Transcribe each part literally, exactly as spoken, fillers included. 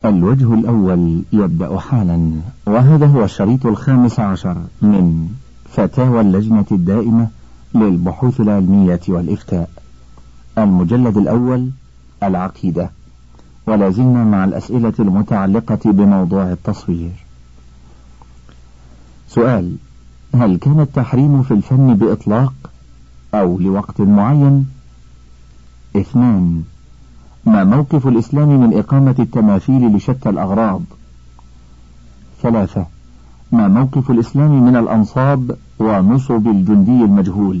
الوجه الأول يبدأ حالا، وهذا هو الشريط الخامس عشر من فتاوى اللجنة الدائمة للبحوث العلمية والإفتاء، المجلد الأول العقيدة، ولا زلنا مع الأسئلة المتعلقة بموضوع التصوير. سؤال: هل كان التحريم في الفن بإطلاق أو لوقت معين؟ اثنان: ما موقف الإسلام من إقامة التماثيل لشتى الأغراض؟ ثلاثة: ما موقف الإسلام من الأنصاب ونصب الجندي المجهول؟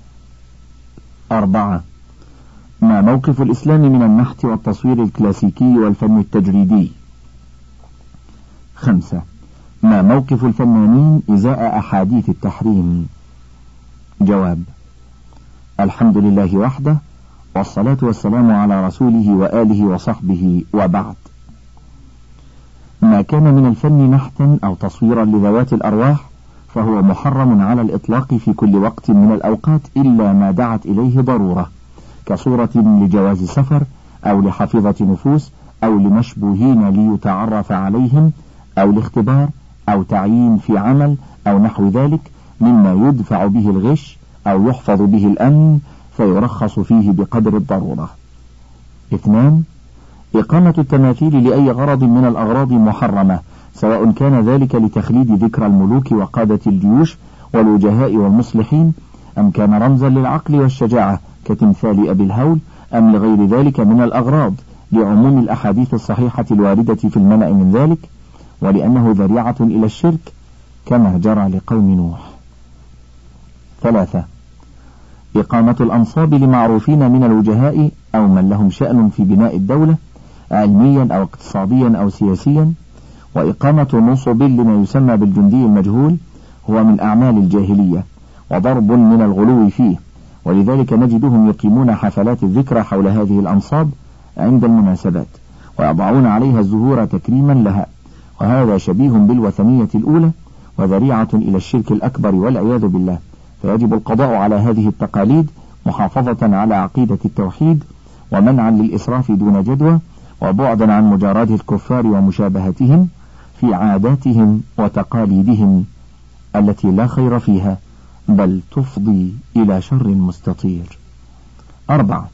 أربعة: ما موقف الإسلام من النحت والتصوير الكلاسيكي والفن التجريدي؟ خمسة: ما موقف الفنانين إزاء أحاديث التحريم؟ جواب: الحمد لله وحده، والصلاة والسلام على رسوله وآله وصحبه، وبعد. ما كان من الفن نحتا أو تصويرا لذوات الأرواح فهو محرم على الإطلاق في كل وقت من الأوقات إلا ما دعت إليه ضرورة، كصورة لجواز سفر أو لحفظة نفوس أو لمشبوهين ليتعرف عليهم أو لاختبار أو تعيين في عمل أو نحو ذلك مما يدفع به الغش أو يحفظ به الأمن فيرخص فيه بقدر الضرورة. اثنان: إقامة التماثيل لأي غرض من الأغراض محرمة، سواء كان ذلك لتخليد ذكرى الملوك وقادة الجيوش والوجهاء والمصلحين، أم كان رمزا للعقل والشجاعة كتمثال أبي الهول، أم لغير ذلك من الأغراض، لعموم الأحاديث الصحيحة الواردة في المنع من ذلك، ولأنه ذريعة إلى الشرك كما جرى لقوم نوح. ثلاثة: إقامة الأنصاب لمعروفين من الوجهاء أو من لهم شأن في بناء الدولة علميا أو اقتصاديا أو سياسيا، وإقامة نصب لما يسمى بالجندي المجهول هو من أعمال الجاهلية وضرب من الغلو فيه، ولذلك نجدهم يقيمون حفلات الذكرى حول هذه الأنصاب عند المناسبات ويضعون عليها الزهور تكريما لها، وهذا شبيه بالوثنية الأولى وذريعة إلى الشرك الأكبر والعياذ بالله، فيجب القضاء على هذه التقاليد محافظة على عقيدة التوحيد ومنعا للإسراف دون جدوى، وبعدا عن مجارات الكفار ومشابهتهم في عاداتهم وتقاليدهم التي لا خير فيها بل تفضي إلى شر مستطير. أربعة: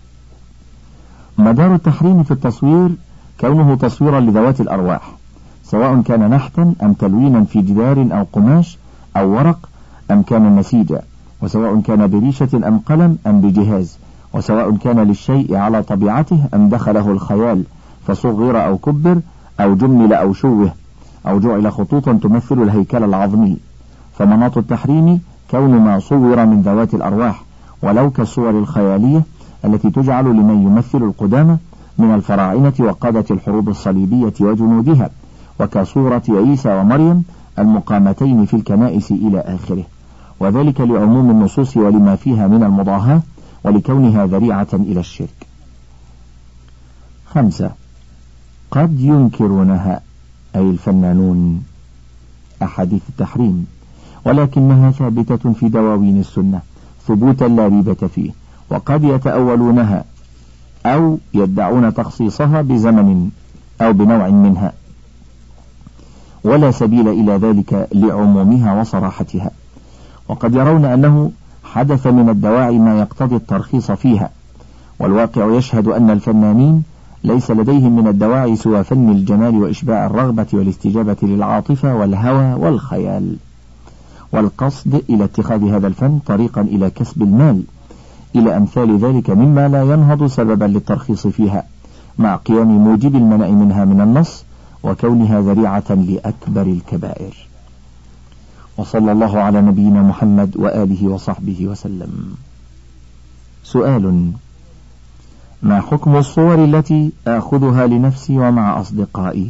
مدار التحريم في التصوير كونه تصويرا لذوات الأرواح، سواء كان نحتا أم تلوينا في جدار أو قماش أو ورق، أم كان نسيجا، وسواء كان بريشة أم قلم أم بجهاز، وسواء كان للشيء على طبيعته أم دخله الخيال فصغر أو كبر أو جمل أو شوه أو جعل خطوطا تمثل الهيكل العظمي، فمناط التحريم كون ما صور من ذوات الأرواح، ولو كالصور الخيالية التي تجعل لمن يمثل القدامى من الفراعنة وقادة الحروب الصليبية وجنودها، وكصورة عيسى ومريم المقامتين في الكنائس إلى آخره، وذلك لعموم النصوص ولما فيها من المضاهاة ولكونها ذريعة إلى الشرك. خمسة: قد ينكرونها أي الفنانون أحاديث التحريم، ولكنها ثابتة في دواوين السنة ثبوتا لا ريبة فيه، وقد يتأولونها أو يدعون تخصيصها بزمن أو بنوع منها، ولا سبيل إلى ذلك لعمومها وصراحتها، وقد يرون أنه حدث من الدواعي ما يقتضي الترخيص فيها، والواقع يشهد أن الفنانين ليس لديهم من الدواعي سوى فن الجمال وإشباع الرغبة والاستجابة للعاطفة والهوى والخيال، والقصد إلى اتخاذ هذا الفن طريقا إلى كسب المال، إلى أمثال ذلك مما لا ينهض سببا للترخيص فيها، مع قيام موجب المنع منها من النص وكونها ذريعة لأكبر الكبائر. وصلى الله على نبينا محمد وآله وصحبه وسلم. سؤال: ما حكم الصور التي آخذها لنفسي ومع أصدقائي؟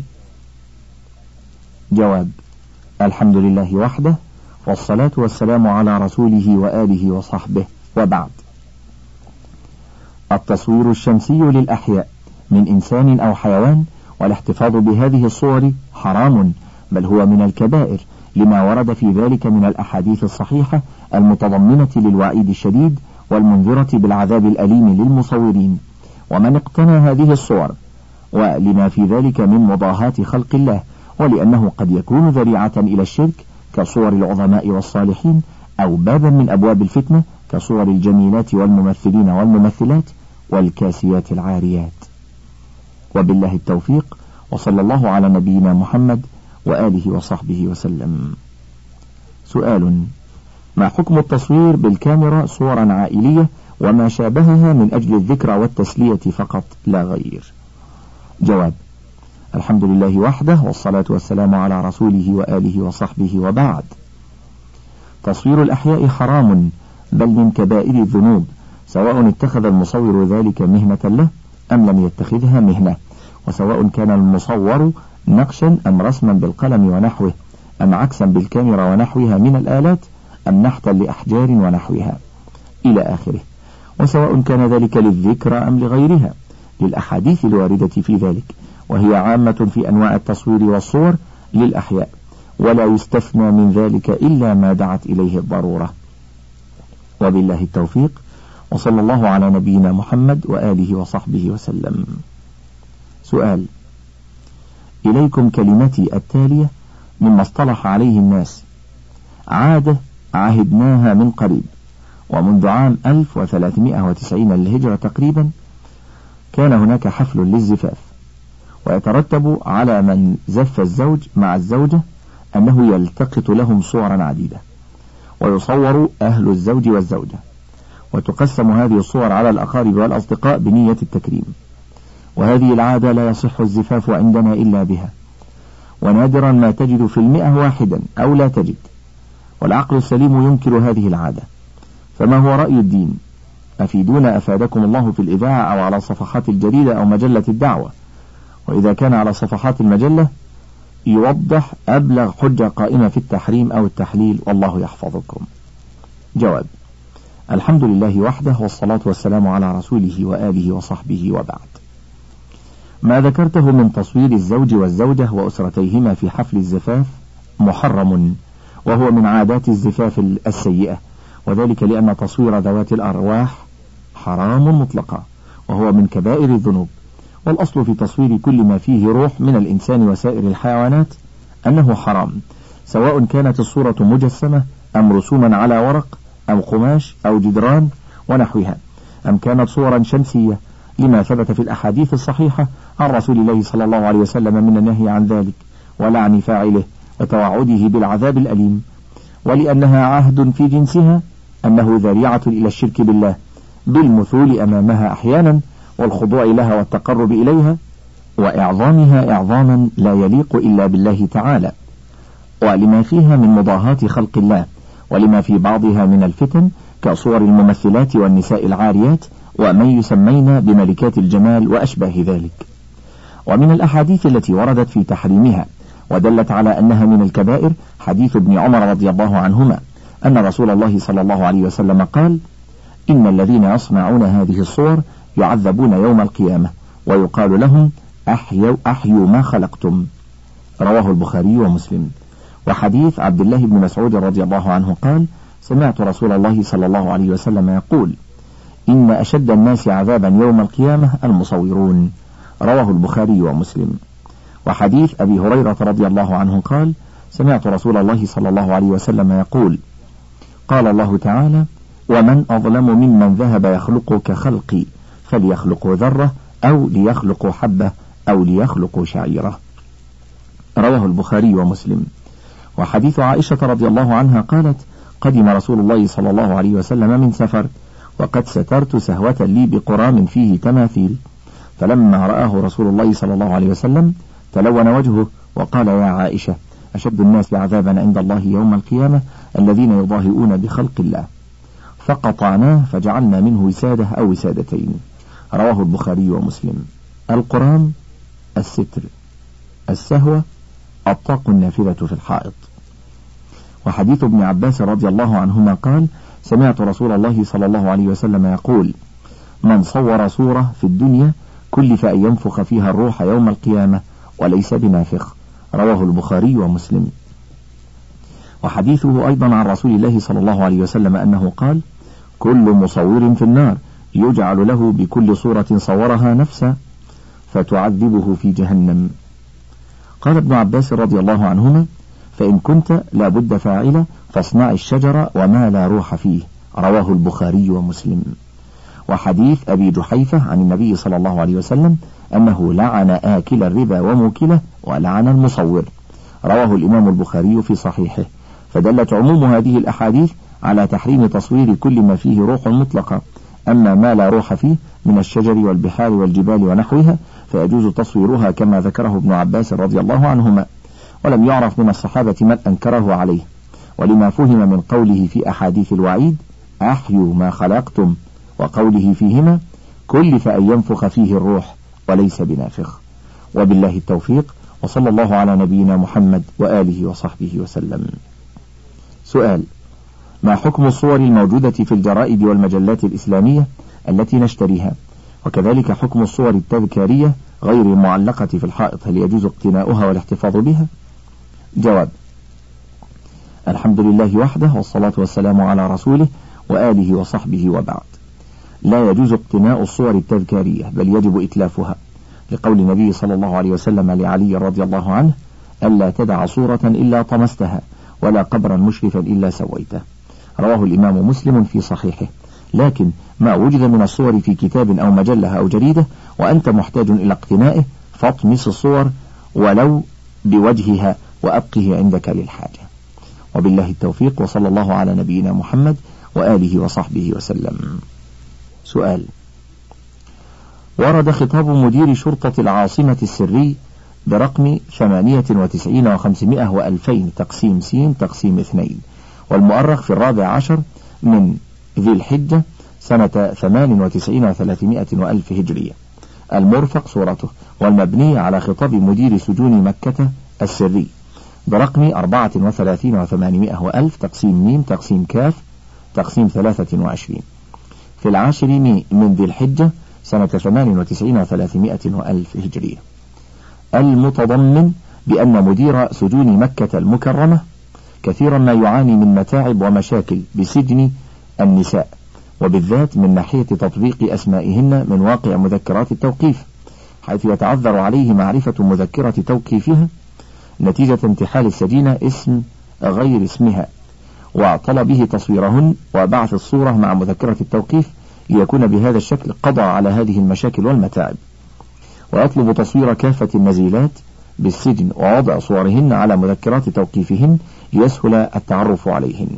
جواب: الحمد لله وحده، والصلاة والسلام على رسوله وآله وصحبه، وبعد. التصوير الشمسي للأحياء من إنسان أو حيوان والاحتفاظ بهذه الصور حرام، بل هو من الكبائر لما ورد في ذلك من الأحاديث الصحيحة المتضمنة للوعيد الشديد والمنذرة بالعذاب الأليم للمصورين. ومن اقتنى هذه الصور ولما في ذلك من مضاهاة خلق الله، ولأنه قد يكون ذريعة إلى الشرك كصور العظماء والصالحين، أو بابا من أبواب الفتنة كصور الجميلات والممثلين والممثلات والكاسيات العاريات. وبالله التوفيق، وصلى الله على نبينا محمد وآله وصحبه وسلم. سؤال: ما حكم التصوير بالكاميرا صورا عائلية وما شابهها من أجل الذكرى والتسلية فقط لا غير؟ جواب: الحمد لله وحده، والصلاة والسلام على رسوله وآله وصحبه، وبعد. تصوير الأحياء حرام، بل من كبائر الذنوب، سواء اتخذ المصور ذلك مهنة له أم لم يتخذها مهنة، وسواء كان المصور نقشا أم رسما بالقلم ونحوه، أم عكسا بالكاميرا ونحوها من الآلات، أم نحتا لأحجار ونحوها إلى آخره، وسواء كان ذلك للذكرى أم لغيرها، للأحاديث الواردة في ذلك، وهي عامة في أنواع التصوير والصور للأحياء، ولا يستثنى من ذلك إلا ما دعت إليه الضرورة. وبالله التوفيق، وصلى الله على نبينا محمد وآله وصحبه وسلم. سؤال: إليكم كلمتي التالية مما اصطلح عليه الناس، عادة عهدناها من قريب، ومنذ عام ألف وثلاثمائة وتسعين للهجرة تقريبا كان هناك حفل للزفاف، ويترتب على من زف الزوج مع الزوجة أنه يلتقط لهم صورا عديدة، ويصور أهل الزوج والزوجة، وتقسم هذه الصور على الأقارب والأصدقاء بنية التكريم. وهذه العادة لا يصح الزفاف عندنا إلا بها، ونادرا ما تجد في المئة واحدا أو لا تجد، والعقل السليم ينكر هذه العادة. فما هو رأي الدين؟ أفيدونا أفادكم الله في الإذاعة أو على صفحات الجريدة أو مجلة الدعوة، وإذا كان على صفحات المجلة يوضح أبلغ حجة قائمة في التحريم أو التحليل، والله يحفظكم. جواب: الحمد لله وحده، والصلاة والسلام على رسوله وآله وصحبه، وبعد. ما ذكرته من تصوير الزوج والزوجة وأسرتيهما في حفل الزفاف محرم، وهو من عادات الزفاف السيئة، وذلك لأن تصوير ذوات الأرواح حرام مطلقا، وهو من كبائر الذنوب. والأصل في تصوير كل ما فيه روح من الإنسان وسائر الحيوانات أنه حرام، سواء كانت الصورة مجسمة أم رسوما على ورق أو قماش أو جدران ونحوها، أم كانت صورا شمسية، لما ثبت في الأحاديث الصحيحة عن رسول الله صلى الله عليه وسلم من النهي عن ذلك ولعن فاعله وتوعده بالعذاب الأليم، ولأنها عهد في جنسها أنه ذريعة إلى الشرك بالله بالمثول أمامها أحيانا، والخضوع لها والتقرب إليها، وإعظامها إعظاما لا يليق إلا بالله تعالى، ولما فيها من مضاهاة خلق الله، ولما في بعضها من الفتن كصور الممثلات والنساء العاريات ومن يسمين بملكات الجمال وأشباه ذلك. ومن الأحاديث التي وردت في تحريمها ودلت على أنها من الكبائر حديث ابن عمر رضي الله عنهما أن رسول الله صلى الله عليه وسلم قال: إن الذين يصنعون هذه الصور يعذبون يوم القيامة ويقال لهم أحيوا, أحيوا ما خلقتم. رواه البخاري ومسلم. وحديث عبد الله بن مسعود رضي الله عنه قال: سمعت رسول الله صلى الله عليه وسلم يقول: إن أشد الناس عذابا يوم القيامة المصورون. رواه البخاري ومسلم. وحديث أبي هريرة رضي الله عنه قال: سمعت رسول الله صلى الله عليه وسلم يقول: قال الله تعالى: ومن أظلم ممن ذهب يخلق كخلقي فليخلقوا ذرة أو ليخلقوا حبة أو ليخلقوا شعيرة. رواه البخاري ومسلم. وحديث عائشة رضي الله عنها قالت: قدم رسول الله صلى الله عليه وسلم من سفر وقد سترت سهوة لي بقرام فيه تماثيل، فلما رآه رسول الله صلى الله عليه وسلم تلون وجهه وقال: يا عائشة، أشد الناس عذابا عند الله يوم القيامة الذين يضاهئون بخلق الله، فقطعناه فجعلنا منه وسادة أو وسادتين. رواه البخاري ومسلم. القرام الستر، السهوة الطاق النافذة في الحائط. وحديث ابن عباس رضي الله عنهما قال: سمعت رسول الله صلى الله عليه وسلم يقول: من صور صورة في الدنيا كلف أن ينفخ فيها الروح يوم القيامة وليس بنافخ. رواه البخاري ومسلم. وحديثه أيضا عن رسول الله صلى الله عليه وسلم أنه قال: كل مصور في النار يجعل له بكل صورة صورها نفسا، فتعذبه في جهنم. قال ابن عباس رضي الله عنهما: فإن كنت لا بد فاعلة فاصنع الشجر وما لا روح فيه، رواه البخاري ومسلم. وحديث أبي جحيفة عن النبي صلى الله عليه وسلم أنه لعن آكل الربا وموكله ولعن المصور، رواه الإمام البخاري في صحيحه. فدلت عموم هذه الأحاديث على تحريم تصوير كل ما فيه روح مطلقة، أما ما لا روح فيه من الشجر والبحار والجبال ونحوها فيجوز تصويرها كما ذكره ابن عباس رضي الله عنهما، ولم يعرف من الصحابة من أنكره عليه، ولما فهم من قوله في أحاديث الوعيد: أحيوا ما خلقتم، وقوله فيهما: كلف أن ينفخ فيه الروح وليس بنافخ. وبالله التوفيق، وصلى الله على نبينا محمد وآله وصحبه وسلم. سؤال: ما حكم الصور الموجودة في الجرائد والمجلات الإسلامية التي نشتريها، وكذلك حكم الصور التذكارية غير المعلقة في الحائط، هل يجوز اقتناؤها والاحتفاظ بها؟ جواب: الحمد لله وحده، والصلاة والسلام على رسوله وآله وصحبه وبعد. لا يجوز اقتناء الصور التذكارية، بل يجب إتلافها، لقول النبي صلى الله عليه وسلم لعلي رضي الله عنه: ألا تدع صورة إلا طمستها، ولا قبرا مشرفا إلا سويته، رواه الإمام مسلم في صحيحه. لكن ما وجد من الصور في كتاب أو مجلة أو جريدة وأنت محتاج إلى اقتنائه فاطمس الصور ولو بوجهها وأبقه عندك للحاجة. وبالله التوفيق، وصلى الله على نبينا محمد وآله وصحبه وسلم. سؤال: ورد خطاب مدير شرطة العاصمة السري برقم ثمانية وتسعين وخمسمائة وألفين تقسيم سين تقسيم اثنين، والمؤرخ في الرابع عشر من ذي الحجة سنة ثمان وتسعين وثلاثمائة وألف هجرية، المرفق صورته، والمبني على خطاب مدير سجون مكة السري برقم أربعة وثلاثين وثمانمائة وألف تقسيم ميم تقسيم كاف تقسيم ثلاثة وعشرين في العاشر من ذي الحجة سنة ثمان وتسعين وثلاثمائة وألف هجرية، المتضمن بأن مدير سجون مكة المكرمة كثيرا ما يعاني من متاعب ومشاكل بسجن النساء، وبالذات من ناحية تطبيق أسمائهن من واقع مذكرات التوقيف، حيث يتعذر عليه معرفة مذكرة توقيفها نتيجة انتحال السجينة اسم غير اسمها، وطلبه تصويرهن وبعث الصورة مع مذكرة التوقيف ليكون بهذا الشكل قضى على هذه المشاكل والمتاعب. ويطلب تصوير كافة النزيلات بالسجن ووضع صورهن على مذكرات توقيفهن ليسهل التعرف عليهن.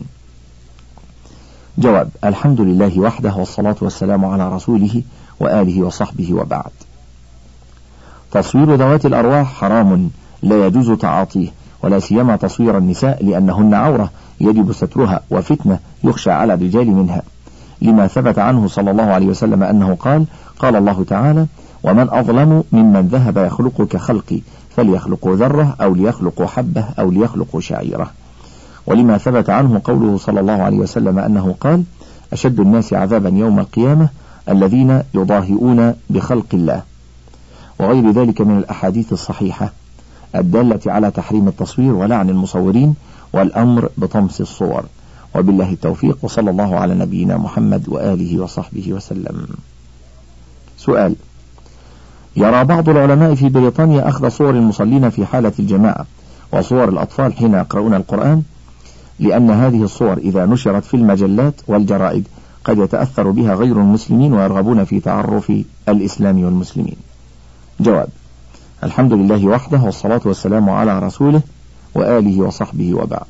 جواب: الحمد لله وحده، والصلاة والسلام على رسوله وآله وصحبه وبعد. تصوير ذوات الأرواح حرام لا يجوز تعاطيه، ولا سيما تصوير النساء، لأنهن عورة يجب سترها وفتنة يخشى على الرجال منها، لما ثبت عنه صلى الله عليه وسلم أنه قال: قال الله تعالى: ومن أظلم ممن ذهب يخلق كخلقي فليخلقوا ذرة أو ليخلقوا حبة أو ليخلقوا شعيرة. ولما ثبت عنه قوله صلى الله عليه وسلم أنه قال: أشد الناس عذابا يوم القيامة الذين يضاهئون بخلق الله، وغير ذلك من الأحاديث الصحيحة الدالة على تحريم التصوير ولعن المصورين والأمر بطمس الصور. وبالله التوفيق، وصلى الله على نبينا محمد وآله وصحبه وسلم. سؤال: يرى بعض العلماء في بريطانيا أخذ صور المصلين في حالة الجماعة وصور الأطفال حين يقرؤون القرآن، لأن هذه الصور إذا نشرت في المجلات والجرائد قد يتأثر بها غير المسلمين ويرغبون في تعرف الإسلام والمسلمين. جواب: الحمد لله وحده، والصلاة والسلام على رسوله وآله وصحبه وبعد.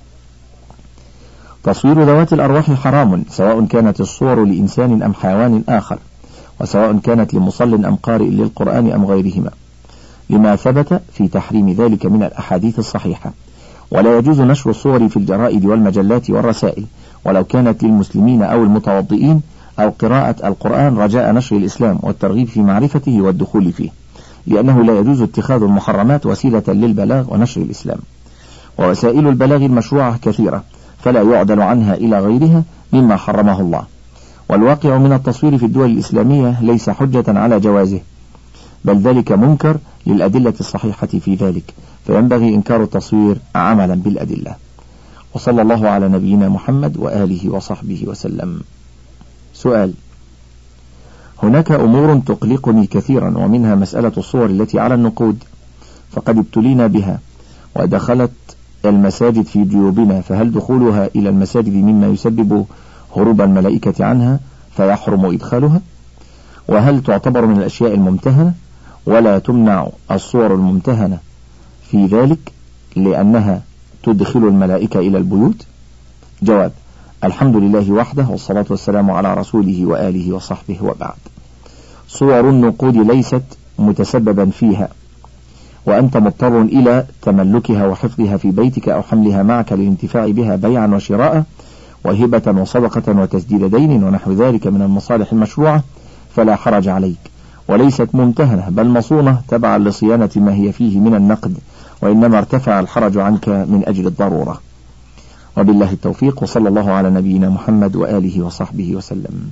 تصوير ذوات الأرواح حرام، سواء كانت الصور لإنسان أم حيوان آخر، وسواء كانت لمصل أم قارئ للقرآن أم غيرهما، لما ثبت في تحريم ذلك من الأحاديث الصحيحة. ولا يجوز نشر الصور في الجرائد والمجلات والرسائل، ولو كانت للمسلمين أو المتوضئين، أو قراءة القرآن رجاء نشر الإسلام والترغيب في معرفته والدخول فيه، لأنه لا يجوز اتخاذ المحرمات وسيلة للبلاغ ونشر الإسلام. ووسائل البلاغ المشروعة كثيرة، فلا يعدل عنها إلى غيرها مما حرمه الله. والواقع من التصوير في الدول الإسلامية ليس حجة على جوازه، بل ذلك منكر للأدلة الصحيحة في ذلك، فينبغي إنكار التصوير عملا بالأدلة. وصلى الله على نبينا محمد وآله وصحبه وسلم. سؤال: هناك أمور تقلقني كثيرا، ومنها مسألة الصور التي على النقود، فقد ابتلينا بها ودخلت المساجد في جيوبنا، فهل دخولها إلى المساجد مما يسبب هروب الملائكة عنها فيحرم إدخالها؟ وهل تعتبر من الأشياء الممتهنة ولا تمنع الصور الممتهنة في ذلك لأنها تدخل الملائكة إلى البيوت؟ جواب: الحمد لله وحده، والصلاة والسلام على رسوله وآله وصحبه، وبعد. صور النقود ليست متسببا فيها، وأنت مضطر إلى تملكها وحفظها في بيتك أو حملها معك للانتفاع بها بيعا وشراء وهبة وصدقة وتسديد دين ونحو ذلك من المصالح المشروعة، فلا حرج عليك، وليست ممتهنة بل مصونة تبعا لصيانة ما هي فيه من النقد، وإنما ارتفع الحرج عنك من أجل الضرورة. وبالله التوفيق، وصلى الله على نبينا محمد وآله وصحبه وسلم.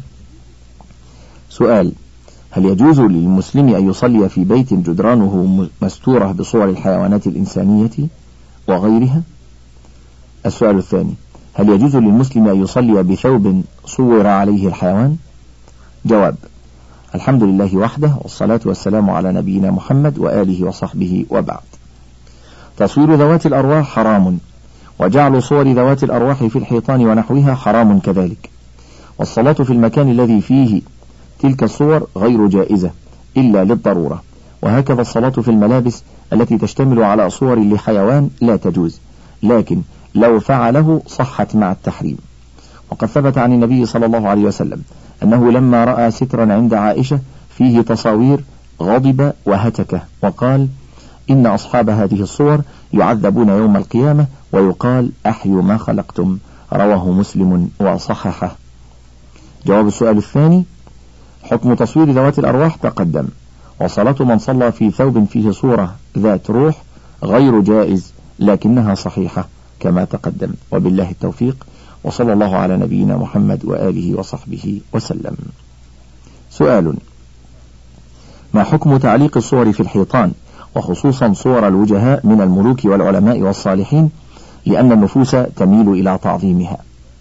سؤال: هل يجوز للمسلم أن يصلي في بيت جدرانه مستورة بصور الحيوانات الإنسانية وغيرها؟ السؤال الثاني: هل يجوز للمسلم أن يصلي بثوب صور عليه الحيوان؟ جواب: الحمد لله وحده، والصلاة والسلام على نبينا محمد وآله وصحبه، وبعد. تصوير ذوات الأرواح حرام، وجعل صور ذوات الأرواح في الحيطان ونحوها حرام كذلك، والصلاة في المكان الذي فيه تلك الصور غير جائزة إلا للضرورة، وهكذا الصلاة في الملابس التي تشتمل على صور لحيوان لا تجوز، لكن لو فعله صحت مع التحريم. وقد ثبت عن النبي صلى الله عليه وسلم أنه لما رأى سترا عند عائشة فيه تصاوير غضب وهتك وقال: إن أصحاب هذه الصور يعذبون يوم القيامة ويقال أحيوا ما خلقتم، رواه مسلم وصححه. جواب السؤال الثاني: حكم تصوير ذوات الأرواح تقدم، وصلاة من صلى في ثوب فيه صورة ذات روح غير جائز، لكنها صحيحة كما تقدم. وبالله التوفيق، وصلى الله على نبينا محمد وآله وصحبه وسلم. سؤال: ما حكم تعليق الصور في الحيطان، وخصوصا صور الوجهاء من الملوك والعلماء والصالحين، لأن النفوس تميل إلى تعظيمها؟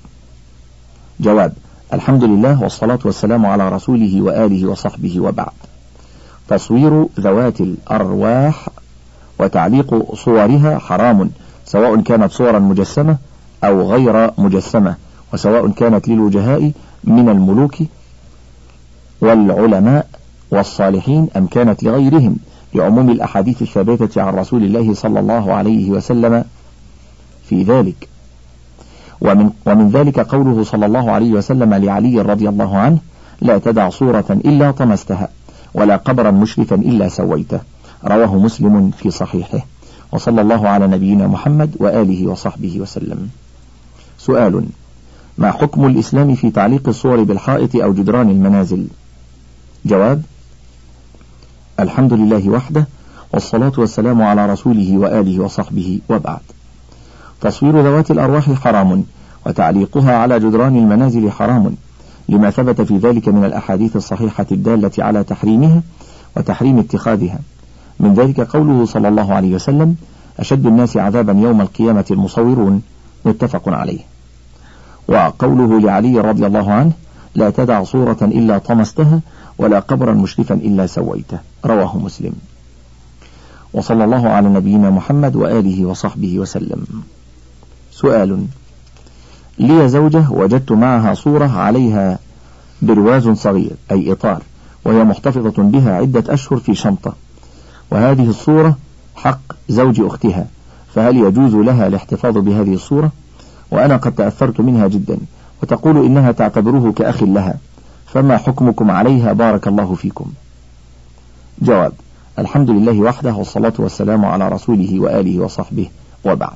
جواب: الحمد لله، والصلاة والسلام على رسوله وآله وصحبه، وبعد. تصوير ذوات الأرواح وتعليق صورها حرام، سواء كانت صورا مجسمة أو غير مجسمة، وسواء كانت للوجهاء من الملوك والعلماء والصالحين أم كانت لغيرهم، لعموم الأحاديث الثابتة عن رسول الله صلى الله عليه وسلم في ذلك. ومن, ومن ذلك قوله صلى الله عليه وسلم لعلي رضي الله عنه: لا تدع صورة إلا طمستها، ولا قبرا مشرفا إلا سويته، رواه مسلم في صحيحه. وصلى الله على نبينا محمد وآله وصحبه وسلم. سؤال: ما حكم الإسلام في تعليق الصور بالحائط أو جدران المنازل؟ جواب: الحمد لله وحده، والصلاة والسلام على رسوله وآله وصحبه، وبعد. تصوير ذوات الأرواح حرام، وتعليقها على جدران المنازل حرام، لما ثبت في ذلك من الأحاديث الصحيحة الدالة على تحريمها وتحريم اتخاذها. من ذلك قوله صلى الله عليه وسلم: أشد الناس عذابا يوم القيامة المصورون، متفق عليه. وقوله لعلي رضي الله عنه: لا تدع صورة إلا طمستها، ولا قبرا مشرفا إلا سويته، رواه مسلم. وصلى الله على نبينا محمد وآله وصحبه وسلم. سؤال: لي زوجة وجدت معها صورة عليها برواز صغير أي إطار، وهي محتفظة بها عدة أشهر في شنطة، وهذه الصورة حق زوج أختها، فهل يجوز لها الاحتفاظ بهذه الصورة؟ وأنا قد تأثرت منها جدا، وتقول إنها تعتبره كأخ لها، فما حكمكم عليها بارك الله فيكم؟ جواب: الحمد لله وحده، والصلاة والسلام على رسوله وآله وصحبه، وبعد.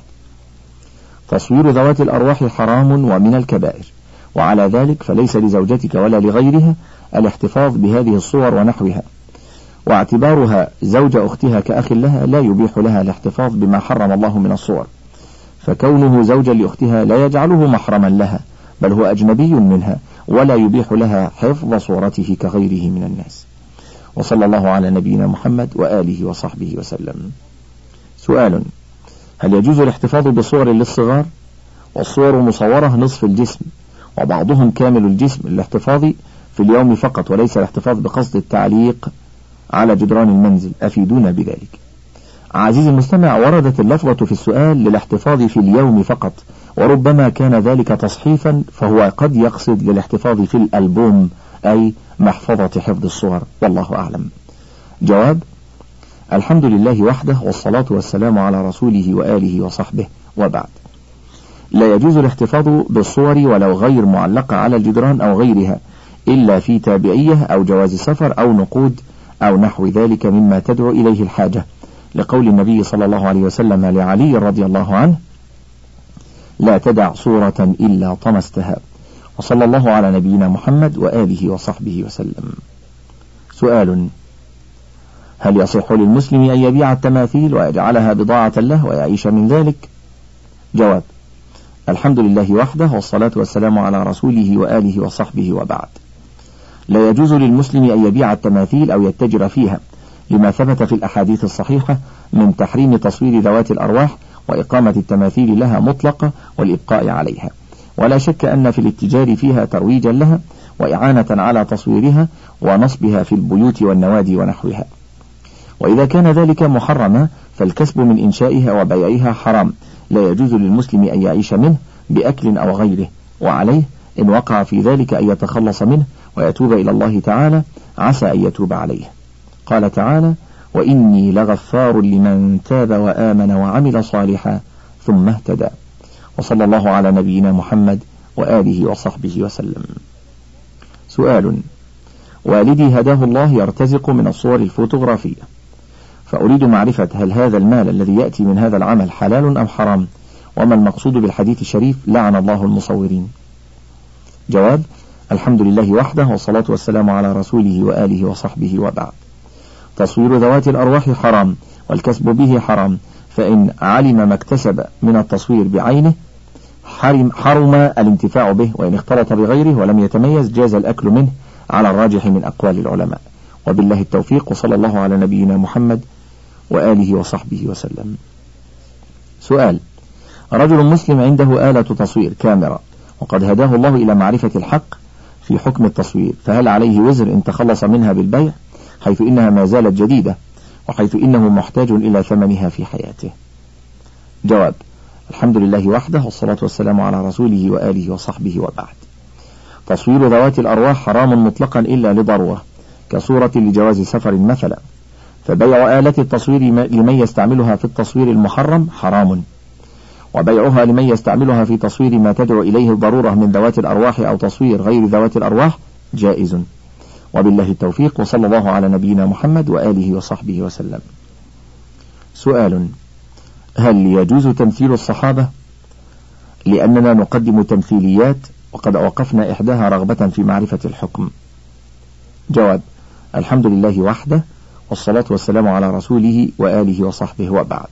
تصوير ذوات الأرواح حرام ومن الكبائر، وعلى ذلك فليس لزوجتك ولا لغيرها الاحتفاظ بهذه الصور ونحوها، واعتبارها زوج أختها كأخ لها لا يبيح لها الاحتفاظ بما حرم الله من الصور، فكونه زوجا لأختها لا يجعله محرما لها، بل هو أجنبي منها، ولا يبيح لها حفظ صورته كغيره من الناس. وصلى الله على نبينا محمد وآله وصحبه وسلم. سؤال: هل يجوز الاحتفاظ بصور للصغار؟ والصور مصورة نصف الجسم، وبعضهم كامل الجسم للاحتفاظ في اليوم فقط وليس الاحتفاظ بقصد التعليق على جدران المنزل، أفيدونا بذلك. عزيزي المستمع، وردت اللفظة في السؤال للاحتفاظ في اليوم فقط، وربما كان ذلك تصحيفا، فهو قد يقصد للاحتفاظ في الألبوم أي محفظة حفظ الصور، والله أعلم. جواب: الحمد لله وحده، والصلاة والسلام على رسوله وآله وصحبه، وبعد. لا يجوز الاحتفاظ بالصور ولو غير معلقة على الجدران أو غيرها، إلا في تابعية أو جواز سفر أو نقود أو نحو ذلك مما تدعو إليه الحاجة، لقول النبي صلى الله عليه وسلم لعلي رضي الله عنه: لا تدع صورة إلا طمستها. وصلى الله على نبينا محمد وآله وصحبه وسلم. سؤال: هل يصح للمسلم أن يبيع التماثيل ويجعلها بضاعة له ويعيش من ذلك؟ جواب: الحمد لله وحده، والصلاة والسلام على رسوله وآله وصحبه، وبعد. لا يجوز للمسلم أن يبيع التماثيل أو يتجر فيها، لما ثبت في الأحاديث الصحيحة من تحريم تصوير ذوات الأرواح وإقامة التماثيل لها مطلقة والإبقاء عليها، ولا شك أن في الاتجار فيها ترويجا لها وإعانة على تصويرها ونصبها في البيوت والنوادي ونحوها. وإذا كان ذلك محرما فالكسب من إنشائها وبيعها حرام، لا يجوز للمسلم أن يعيش منه بأكل أو غيره، وعليه إن وقع في ذلك أن يتخلص منه ويتوب إلى الله تعالى، عسى أن يتوب عليه. قال تعالى: وإني لغفار لمن تاب وآمن وعمل صالحا ثم اهتدى. وصلى الله على نبينا محمد وآله وصحبه وسلم. سؤال: والدي هداه الله يرتزق من الصور الفوتوغرافية، فأريد معرفة هل هذا المال الذي يأتي من هذا العمل حلال أم حرام، وما المقصود بالحديث الشريف لعن الله المصورين؟ جواب: الحمد لله وحده، والصلاة والسلام على رسوله وآله وصحبه، وبعد. تصوير ذوات الأرواح حرام، والكسب به حرام، فإن علم ما اكتسب من التصوير بعينه حرم, حرم الانتفاع به، وإن اختلط بغيره ولم يتميز جاز الأكل منه على الراجح من أقوال العلماء. وبالله التوفيق، وصلى الله على نبينا محمد وآله وصحبه وسلم. سؤال: رجل مسلم عنده آلة تصوير كاميرا، وقد هداه الله إلى معرفة الحق في حكم التصوير، فهل عليه وزر إن تخلص منها بالبيع، حيث إنها ما زالت جديدة، وحيث إنه محتاج إلى ثمنها في حياته؟ جواب: الحمد لله وحده، والصلاة والسلام على رسوله وآله وصحبه، وبعد. تصوير ذوات الأرواح حرام مطلقا إلا لضرورة، كصورة لجواز سفر مثلا، فبيع آلة التصوير لمن يستعملها في التصوير المحرم حرام، وبيعها لمن يستعملها في تصوير ما تدعو إليه الضرورة من ذوات الأرواح أو تصوير غير ذوات الأرواح جائز. وبالله التوفيق، وصلى الله على نبينا محمد وآله وصحبه وسلم. سؤال: هل يجوز تمثيل الصحابة؟ لأننا نقدم تمثيليات وقد أوقفنا إحداها رغبة في معرفة الحكم. جواب: الحمد لله وحده، والصلاة والسلام على رسوله وآله وصحبه، وبعد.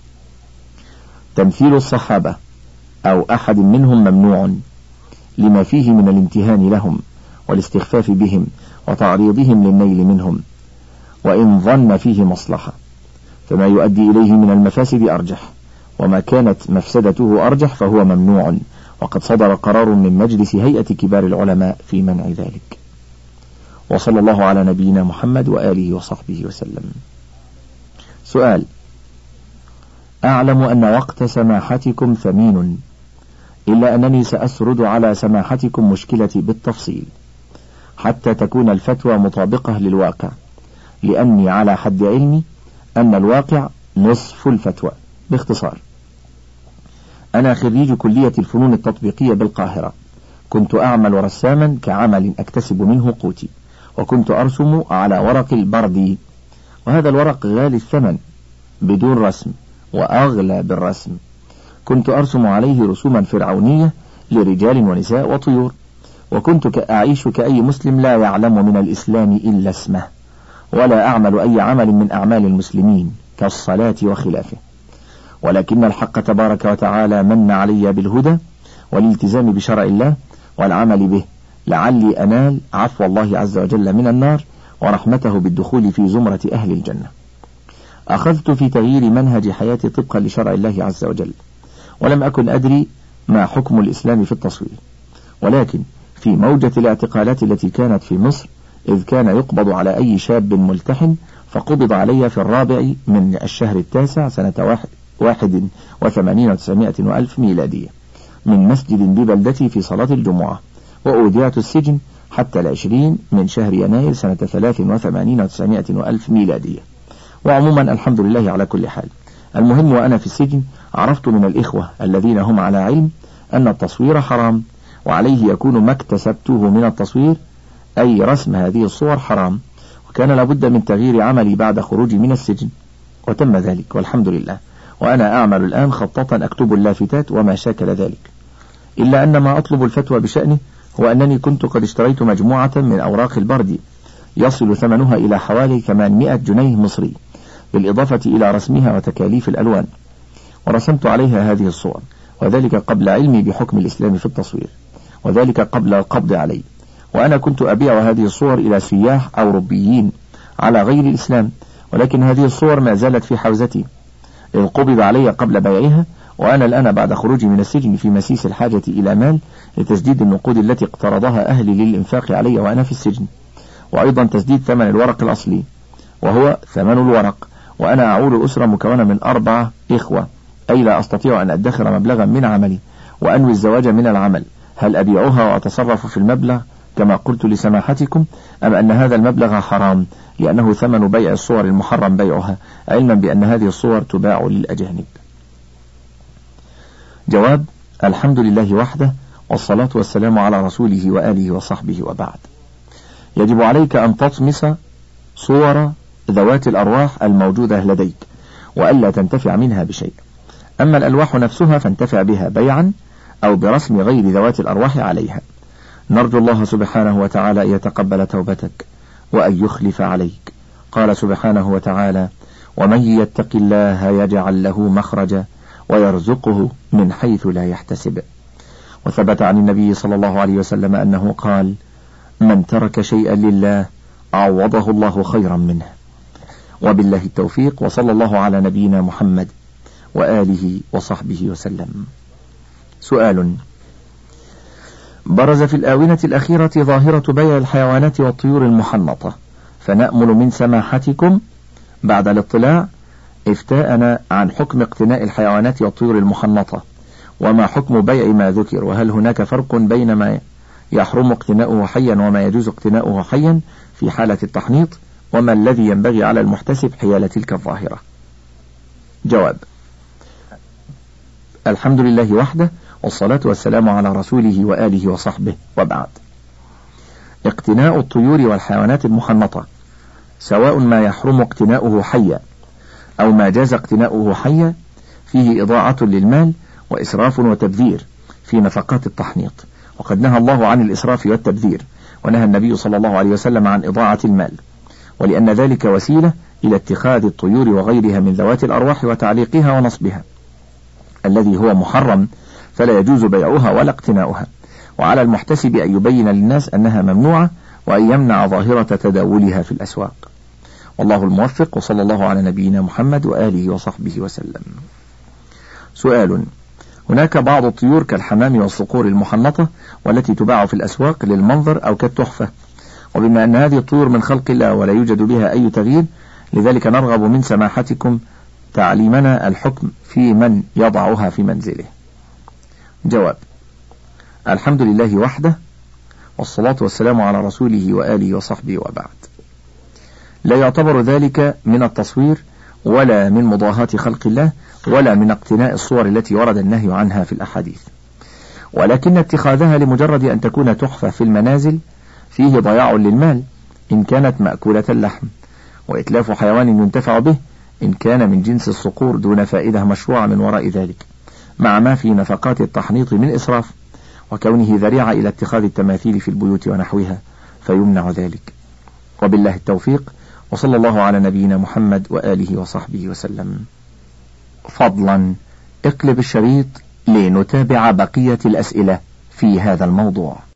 تمثيل الصحابة أو أحد منهم ممنوع، لما فيه من الامتهان لهم والاستخفاف بهم وتعريضهم للنيل منهم، وإن ظن فيه مصلحة، فما يؤدي إليه من المفاسد أرجح، وما كانت مفسدته أرجح فهو ممنوع، وقد صدر قرار من مجلس هيئة كبار العلماء في منع ذلك. وصلى الله على نبينا محمد وآله وصحبه وسلم. سؤال: أعلم أن وقت سماحتكم ثمين، إلا أنني سأسرد على سماحتكم مشكلتي بالتفصيل حتى تكون الفتوى مطابقة للواقع، لأني على حد علمي أن الواقع نصف الفتوى. باختصار: أنا خريج كلية الفنون التطبيقية بالقاهرة، كنت أعمل رساما كعمل أكتسب منه قوتي، وكنت أرسم على ورق البردي، وهذا الورق غالي الثمن بدون رسم وأغلى بالرسم. كنت أرسم عليه رسوما فرعونية لرجال ونساء وطيور، وكنت أعيش كأي مسلم لا يعلم من الإسلام إلا اسمه، ولا أعمل أي عمل من أعمال المسلمين كالصلاة وخلافه، ولكن الحق تبارك وتعالى من علي بالهدى والالتزام بشرع الله والعمل به، لعلي أنال عفو الله عز وجل من النار ورحمته بالدخول في زمرة أهل الجنة. أخذت في تغيير منهج حياتي طبقا لشرع الله عز وجل، ولم أكن أدري ما حكم الإسلام في التصوير، ولكن في موجة الاعتقالات التي كانت في مصر، إذ كان يقبض على أي شاب ملتحن، فقبض علي في الرابع من الشهر التاسع سنة واحد, واحد وثمانين وتسعمائة وألف ميلادية من مسجد ببلدتي في صلاة الجمعة، وأودعت السجن حتى العشرين من شهر يناير سنة ثلاث وثمانين وتسعمائة وألف ميلادية. وعموما الحمد لله على كل حال. المهم وأنا في السجن عرفت من الإخوة الذين هم على علم أن التصوير حرام، وعليه يكون ما اكتسبته من التصوير أي رسم هذه الصور حرام، وكان لابد من تغيير عملي بعد خروجي من السجن، وتم ذلك والحمد لله. وأنا أعمل الآن خطاطا أكتب اللافتات وما شاكل ذلك، إلا أن ما أطلب الفتوى بشأنه هو أنني كنت قد اشتريت مجموعة من أوراق البرد يصل ثمنها إلى حوالي ثمانمائة جنيه مصري، بالإضافة إلى رسمها وتكاليف الألوان، ورسمت عليها هذه الصور، وذلك قبل علمي بحكم الإسلام في التصوير، وذلك قبل القبض علي. وأنا كنت أبيع هذه الصور إلى سياح أوروبيين على غير الإسلام، ولكن هذه الصور ما زالت في حوزتي إذ قبض علي قبل بيعها، وأنا الآن بعد خروجي من السجن في مسيس الحاجة إلى مال لتسديد النقود التي اقترضها أهلي للإنفاق علي وأنا في السجن، وأيضا تسديد ثمن الورق الأصلي وهو ثمن الورق. وأنا أعول أسرة مكونة من أربعة إخوة، أي لا أستطيع أن أدخر مبلغا من عملي وأنوي الزواج من العمل. هل أبيعها وأتصرف في المبلغ كما قلت لسماحتكم، أم أن هذا المبلغ حرام لأنه ثمن بيع الصور المحرم بيعها، علما بأن هذه الصور تباع للأجانب؟ جواب: الحمد لله وحده، والصلاة والسلام على رسوله وآله وصحبه، وبعد. يجب عليك أن تطمس صور ذوات الأرواح الموجودة لديك وألا تنتفع منها بشيء. أما الألواح نفسها فانتفع بها بيعا أو برسم غير ذوات الأرواح عليها. نرجو الله سبحانه وتعالى أن يتقبل توبتك وأن يخلف عليك. قال سبحانه وتعالى: ومن يتق الله يجعل له مخرجا ويرزقه من حيث لا يحتسب. وثبت عن النبي صلى الله عليه وسلم أنه قال: من ترك شيئا لله عوضه الله خيرا منه. وبالله التوفيق، وصلى الله على نبينا محمد وآله وصحبه وسلم. سؤال: برز في الآونة الأخيرة ظاهرة بيع الحيوانات والطيور المحنطة، فنأمل من سماحتكم بعد الاطلاع إفتاءنا عن حكم اقتناء الحيوانات والطيور المحنطة، وما حكم بيع ما ذكر، وهل هناك فرق بين ما يحرم اقتناؤه حيا وما يجوز اقتناؤه حيا في حالة التحنيط، وما الذي ينبغي على المحتسب حيال تلك الظاهرة؟ جواب: الحمد لله وحده، والصلاة والسلام على رسوله وآله وصحبه، وبعد. اقتناء الطيور والحيوانات المحنطة سواء ما يحرم اقتناؤه حيا أو ما جاز اقتناؤه حيا فيه إضاعة للمال وإسراف وتبذير في نفقات التحنيط، وقد نهى الله عن الإسراف والتبذير، ونهى النبي صلى الله عليه وسلم عن إضاعة المال، ولأن ذلك وسيلة إلى اتخاذ الطيور وغيرها من ذوات الأرواح وتعليقها ونصبها، الذي هو محرم فلا يجوز بيعها ولا اقتناؤها. وعلى المحتسب أن يبين للناس أنها ممنوعة، وأن يمنع ظاهرة تداولها في الأسواق. والله الموفق، وصلى الله على نبينا محمد وآله وصحبه وسلم. سؤال: هناك بعض الطيور كالحمام والصقور المحنطة والتي تباع في الأسواق للمنظر أو كالتحفة، وبما أن هذه الطيور من خلق الله ولا يوجد بها أي تغيير، لذلك نرغب من سماحتكم تعليمنا الحكم في من يضعها في منزله. جواب: الحمد لله وحده، والصلاة والسلام على رسوله وآله وصحبه، وبعد. لا يعتبر ذلك من التصوير ولا من مضاهاة خلق الله ولا من اقتناء الصور التي ورد النهي عنها في الأحاديث، ولكن اتخاذها لمجرد أن تكون تحفة في المنازل فيه ضياع للمال إن كانت مأكولة اللحم، وإتلاف حيوان ينتفع به إن كان من جنس الصقور دون فائدة مشروعة من وراء ذلك، مع ما في نفقات التحنيط من إسراف، وكونه ذريعة إلى اتخاذ التماثيل في البيوت ونحوها، فيمنع ذلك. وبالله التوفيق، وصلى الله على نبينا محمد وآله وصحبه وسلم. فضلا اقلب الشريط لنتابع بقية الأسئلة في هذا الموضوع.